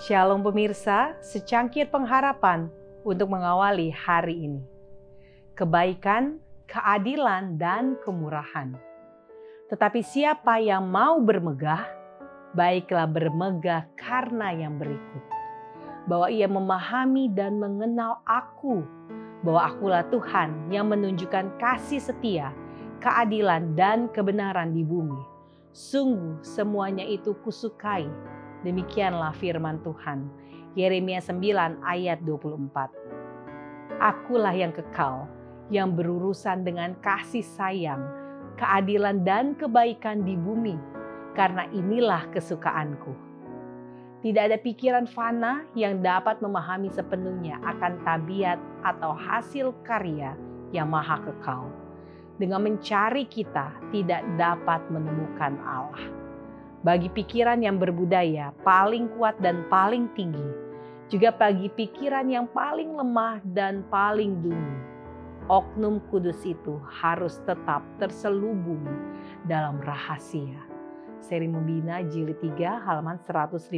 Shalom pemirsa, secangkir pengharapan untuk mengawali hari ini. Kebaikan, keadilan, dan kemurahan. Tetapi siapa yang mau bermegah, baiklah bermegah karena yang berikut. Bahwa ia memahami dan mengenal aku, bahwa akulah Tuhan yang menunjukkan kasih setia, keadilan, dan kebenaran di bumi. Sungguh semuanya itu kusukai. Demikianlah firman Tuhan. Yeremia 9 ayat 24. Akulah yang kekal, yang berurusan dengan kasih sayang, keadilan dan kebaikan di bumi, karena inilah kesukaanku. Tidak ada pikiran fana yang dapat memahami sepenuhnya akan tabiat atau hasil karya yang maha kekal. Dengan mencari kita tidak dapat menemukan Allah. Bagi pikiran yang berbudaya, paling kuat dan paling tinggi, juga bagi pikiran yang paling lemah dan paling dungu, oknum kudus itu harus tetap terselubung dalam rahasia. Seri Membina Jilid 3 halaman 155.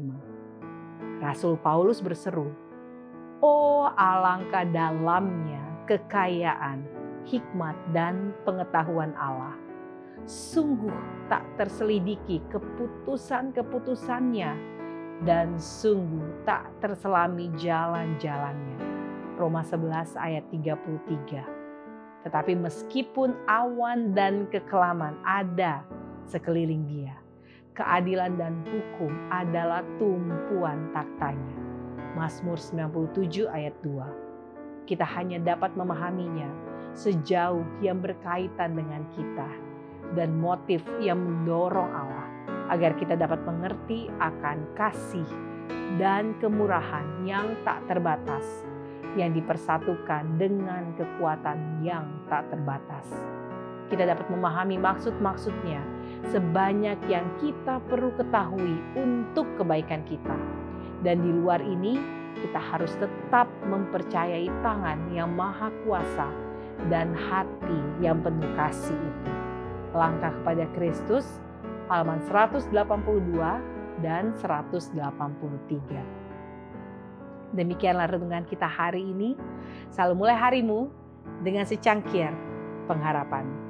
Rasul Paulus berseru, "Oh alangkah dalamnya kekayaan, hikmat dan pengetahuan Allah. Sungguh tak terselidiki keputusan-keputusannya dan sungguh tak terselami jalan-jalannya." Roma 11 ayat 33. Tetapi meskipun awan dan kekelaman ada sekeliling dia, keadilan dan hukum adalah tumpuan taktanya. Mazmur 97 ayat 2. Kita hanya dapat memahaminya sejauh yang berkaitan dengan kita dan motif yang mendorong Allah agar kita dapat mengerti akan kasih dan kemurahan yang tak terbatas yang dipersatukan dengan kekuatan yang tak terbatas. Kita dapat memahami maksud-maksudnya sebanyak yang kita perlu ketahui untuk kebaikan kita. Dan di luar ini kita harus tetap mempercayai tangan yang maha kuasa dan hati yang penuh kasih itu. Langkah kepada Kristus, halaman 182 dan 183. Demikianlah renungan kita hari ini. Selalu mulai harimu dengan secangkir pengharapan.